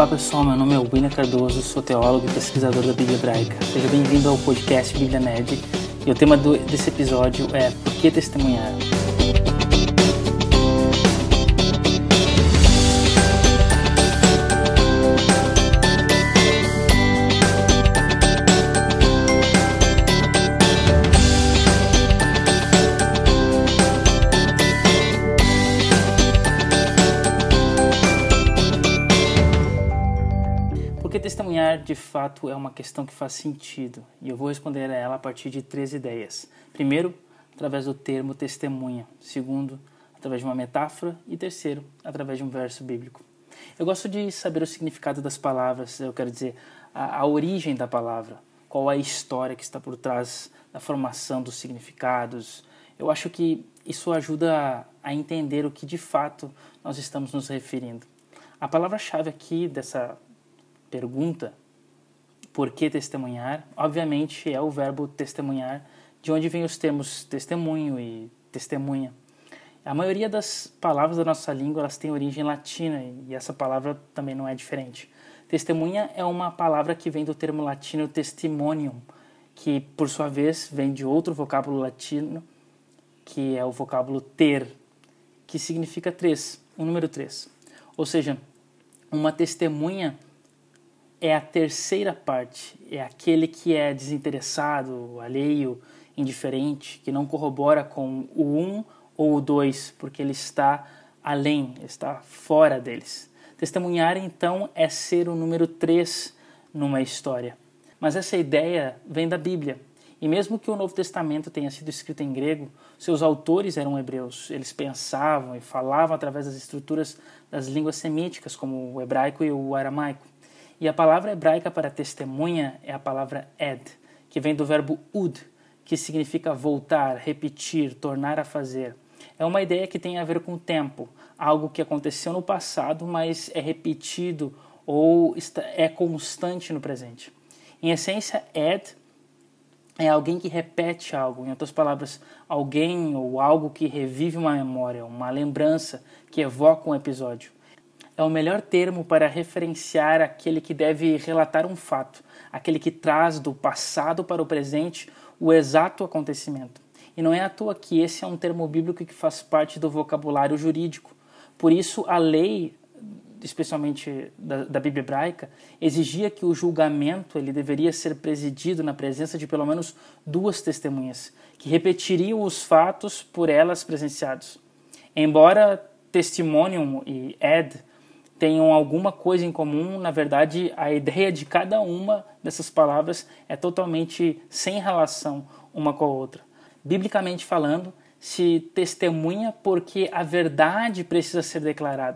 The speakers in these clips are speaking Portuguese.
Olá pessoal, meu nome é William Cardoso, sou teólogo e pesquisador da Bíblia Hebraica. Seja bem-vindo ao podcast Bíblia Nerd e o tema desse episódio é Por que testemunhar? Porque testemunhar, de fato, é uma questão que faz sentido, e eu vou responder a ela a partir de 3 ideias. Primeiro, através do termo testemunha. Segundo, através de uma metáfora. E terceiro, através de um verso bíblico. Eu gosto de saber o significado das palavras, eu quero dizer, a origem da palavra, qual a história que está por trás da formação dos significados. Eu acho que isso ajuda a entender o que, de fato, nós estamos nos referindo. A palavra-chave aqui dessa pergunta, por que testemunhar, obviamente é o verbo testemunhar, de onde vem os termos testemunho e testemunha. A maioria das palavras da nossa língua elas têm origem latina e essa palavra também não é diferente. Testemunha é uma palavra que vem do termo latino testimonium, que por sua vez vem de outro vocábulo latino, que é o vocábulo ter, que significa 3, o número 3. Ou seja, uma testemunha é a terceira parte, é aquele que é desinteressado, alheio, indiferente, que não corrobora com o 1 ou o 2, porque ele está além, está fora deles. Testemunhar, então, é ser o número 3 numa história. Mas essa ideia vem da Bíblia. E mesmo que o Novo Testamento tenha sido escrito em grego, seus autores eram hebreus. Eles pensavam e falavam através das estruturas das línguas semíticas, como o hebraico e o aramaico. E a palavra hebraica para testemunha é a palavra ed, que vem do verbo ud, que significa voltar, repetir, tornar a fazer. É uma ideia que tem a ver com o tempo, algo que aconteceu no passado, mas é repetido ou é constante no presente. Em essência, ed é alguém que repete algo, em outras palavras, alguém ou algo que revive uma memória, uma lembrança, que evoca um episódio. É o melhor termo para referenciar aquele que deve relatar um fato, aquele que traz do passado para o presente o exato acontecimento. E não é à toa que esse é um termo bíblico que faz parte do vocabulário jurídico. Por isso, a lei, especialmente da Bíblia hebraica, exigia que o julgamento ele deveria ser presidido na presença de pelo menos 2 testemunhas, que repetiriam os fatos por elas presenciados. Embora testimonium e ed tenham alguma coisa em comum, na verdade, a ideia de cada uma dessas palavras é totalmente sem relação uma com a outra. Biblicamente falando, se testemunha porque a verdade precisa ser declarada.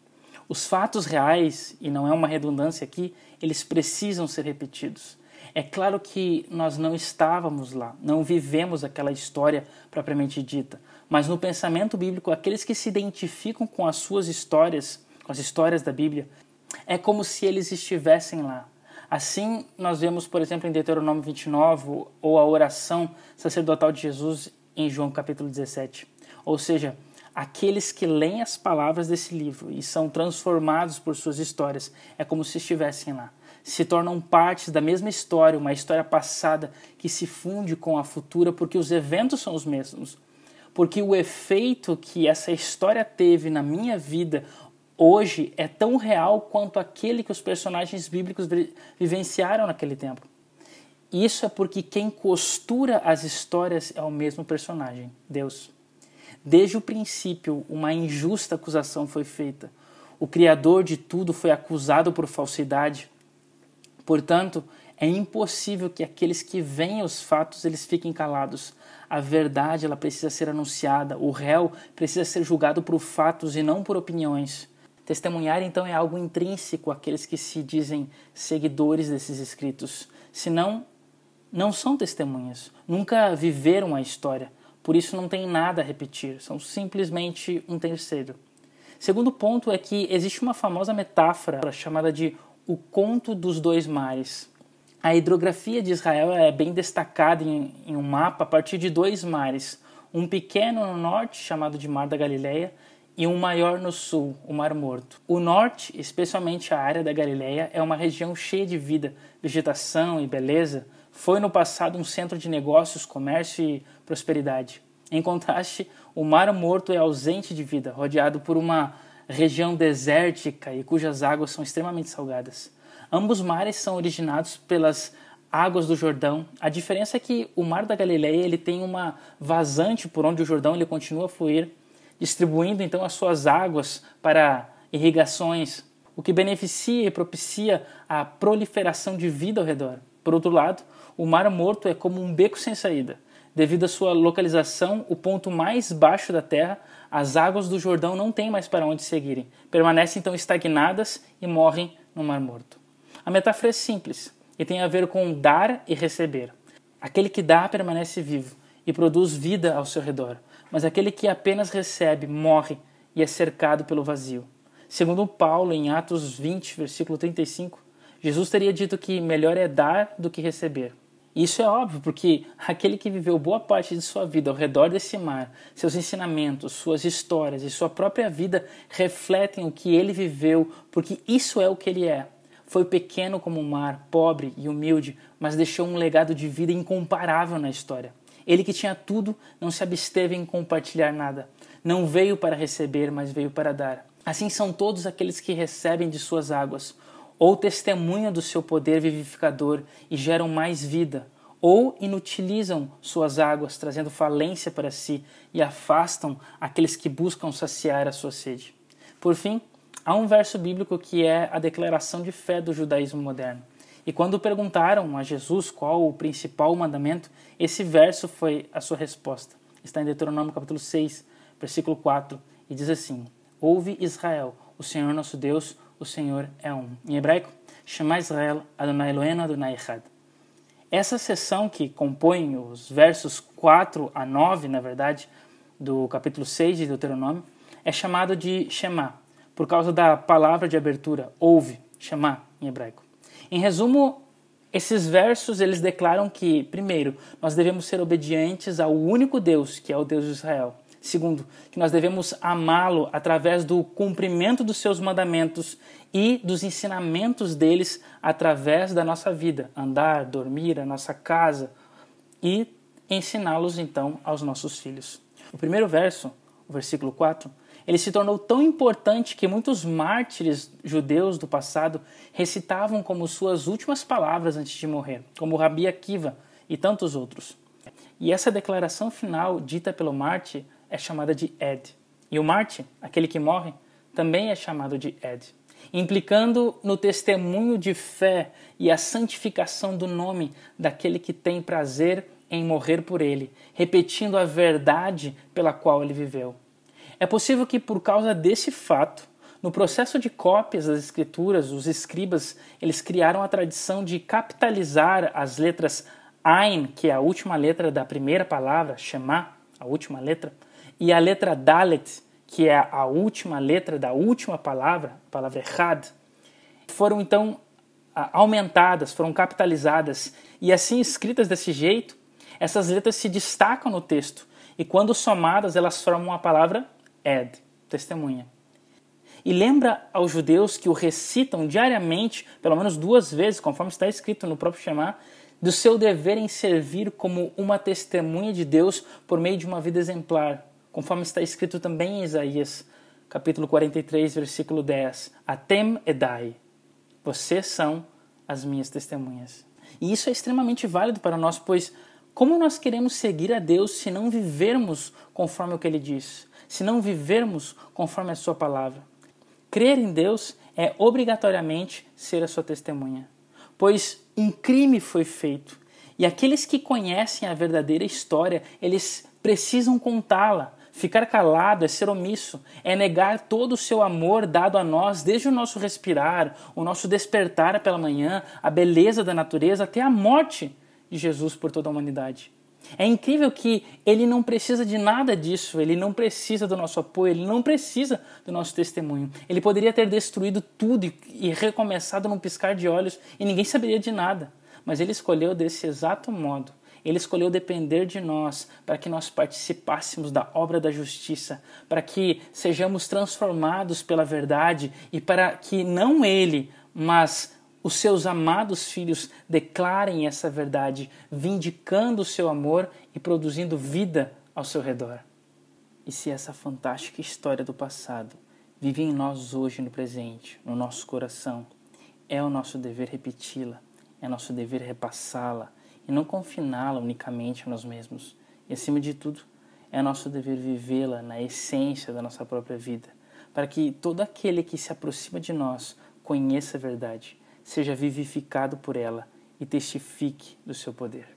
Os fatos reais, e não é uma redundância aqui, eles precisam ser repetidos. É claro que nós não estávamos lá, não vivemos aquela história propriamente dita, mas no pensamento bíblico, aqueles que se identificam com as suas histórias, com as histórias da Bíblia, é como se eles estivessem lá. Assim, nós vemos, por exemplo, em Deuteronômio 29, ou a oração sacerdotal de Jesus em João capítulo 17. Ou seja, aqueles que leem as palavras desse livro e são transformados por suas histórias, é como se estivessem lá. Se tornam parte da mesma história, uma história passada que se funde com a futura, porque os eventos são os mesmos. Porque o efeito que essa história teve na minha vida hoje é tão real quanto aquele que os personagens bíblicos vivenciaram naquele tempo. Isso é porque quem costura as histórias é o mesmo personagem, Deus. Desde o princípio, uma injusta acusação foi feita. O Criador de tudo foi acusado por falsidade. Portanto, é impossível que aqueles que veem os fatos eles fiquem calados. A verdade ela precisa ser anunciada. O réu precisa ser julgado por fatos e não por opiniões. Testemunhar, então, é algo intrínseco àqueles que se dizem seguidores desses escritos. Senão, não são testemunhas. Nunca viveram a história. Por isso não tem nada a repetir. São simplesmente um terceiro. Segundo ponto é que existe uma famosa metáfora chamada de o conto dos 2 mares. A hidrografia de Israel é bem destacada em um mapa a partir de 2 mares. Um pequeno no norte, chamado de Mar da Galileia, e um maior no sul, o Mar Morto. O norte, especialmente a área da Galileia, é uma região cheia de vida, vegetação e beleza. Foi no passado um centro de negócios, comércio e prosperidade. Em contraste, o Mar Morto é ausente de vida, rodeado por uma região desértica e cujas águas são extremamente salgadas. Ambos mares são originados pelas águas do Jordão. A diferença é que o Mar da Galileia ele tem uma vazante por onde o Jordão ele continua a fluir, distribuindo então as suas águas para irrigações, o que beneficia e propicia a proliferação de vida ao redor. Por outro lado, o Mar Morto é como um beco sem saída. Devido à sua localização, o ponto mais baixo da Terra, as águas do Jordão não têm mais para onde seguirem. Permanecem então estagnadas e morrem no Mar Morto. A metáfora é simples e tem a ver com dar e receber. Aquele que dá permanece vivo e produz vida ao seu redor, mas aquele que apenas recebe morre e é cercado pelo vazio. Segundo Paulo, em Atos 20, versículo 35, Jesus teria dito que melhor é dar do que receber. E isso é óbvio, porque aquele que viveu boa parte de sua vida ao redor desse mar, seus ensinamentos, suas histórias e sua própria vida refletem o que ele viveu, porque isso é o que ele é. Foi pequeno como o mar, pobre e humilde, mas deixou um legado de vida incomparável na história. Ele que tinha tudo, não se absteve em compartilhar nada. Não veio para receber, mas veio para dar. Assim são todos aqueles que recebem de suas águas, ou testemunham do seu poder vivificador e geram mais vida, ou inutilizam suas águas, trazendo falência para si e afastam aqueles que buscam saciar a sua sede. Por fim, há um verso bíblico que é a declaração de fé do judaísmo moderno. E quando perguntaram a Jesus qual o principal mandamento, esse verso foi a sua resposta. Está em Deuteronômio capítulo 6, versículo 4, e diz assim: Ouve Israel, o Senhor nosso Deus, o Senhor é um. Em hebraico, Shema Israel, Adonai Eloheinu, Adonai Echad. Essa seção que compõe os versos 4 a 9, na verdade, do capítulo 6 de Deuteronômio, é chamado de Shema, por causa da palavra de abertura, ouve, Shema, em hebraico. Em resumo, esses versos eles declaram que, primeiro, nós devemos ser obedientes ao único Deus, que é o Deus de Israel. Segundo, que nós devemos amá-lo através do cumprimento dos seus mandamentos e dos ensinamentos deles através da nossa vida, andar, dormir, a nossa casa e ensiná-los então aos nossos filhos. O primeiro verso, o versículo 4, ele se tornou tão importante que muitos mártires judeus do passado recitavam como suas últimas palavras antes de morrer, como o Rabi Akiva e tantos outros. E essa declaração final dita pelo mártir é chamada de Ed. E o mártir, aquele que morre, também é chamado de Ed, implicando no testemunho de fé e a santificação do nome daquele que tem prazer em morrer por ele, repetindo a verdade pela qual ele viveu. É possível que, por causa desse fato, no processo de cópias das escrituras, os escribas eles criaram a tradição de capitalizar as letras Ain, que é a última letra da primeira palavra, Shema, a última letra, e a letra Dalet, que é a última letra da última palavra, a palavra Echad, foram então aumentadas, foram capitalizadas, e assim escritas desse jeito, essas letras se destacam no texto, e quando somadas elas formam a palavra Ed, testemunha. E lembra aos judeus que o recitam diariamente, pelo menos 2 vezes, conforme está escrito no próprio Shema, do seu dever em servir como uma testemunha de Deus por meio de uma vida exemplar, conforme está escrito também em Isaías, capítulo 43, versículo 10. Atem edai, vocês são as minhas testemunhas. E isso é extremamente válido para nós, pois como nós queremos seguir a Deus se não vivermos conforme o que Ele diz, se não vivermos conforme a sua palavra? Crer em Deus é obrigatoriamente ser a sua testemunha, pois um crime foi feito e aqueles que conhecem a verdadeira história, eles precisam contá-la. Ficar calado é ser omisso, é negar todo o seu amor dado a nós, desde o nosso respirar, o nosso despertar pela manhã, a beleza da natureza, até a morte de Jesus por toda a humanidade. É incrível que ele não precisa de nada disso, ele não precisa do nosso apoio, ele não precisa do nosso testemunho. Ele poderia ter destruído tudo e recomeçado num piscar de olhos e ninguém saberia de nada, mas ele escolheu desse exato modo. Ele escolheu depender de nós para que nós participássemos da obra da justiça, para que sejamos transformados pela verdade e para que não Ele, mas os seus amados filhos declarem essa verdade, vindicando o seu amor e produzindo vida ao seu redor. E se essa fantástica história do passado vive em nós hoje no presente, no nosso coração, é o nosso dever repeti-la, é nosso dever repassá-la e não confiná-la unicamente a nós mesmos. E acima de tudo, é nosso dever vivê-la na essência da nossa própria vida, para que todo aquele que se aproxima de nós conheça a verdade, seja vivificado por ela e testifique do seu poder.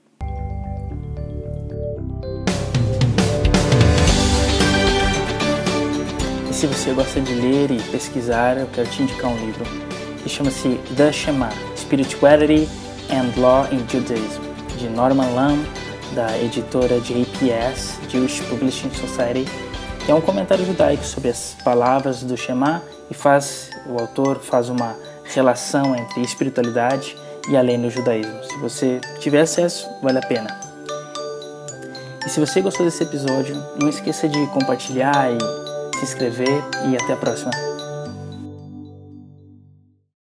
E se você gosta de ler e pesquisar, eu quero te indicar um livro que chama-se The Shema, Spirituality and Law in Judaism, de Norman Lamb, da editora JPS, Jewish Publishing Society, que é um comentário judaico sobre as palavras do Shema e o autor faz uma relação entre espiritualidade e a lei no judaísmo. Se você tiver acesso, vale a pena. E se você gostou desse episódio, não esqueça de compartilhar e se inscrever e até a próxima.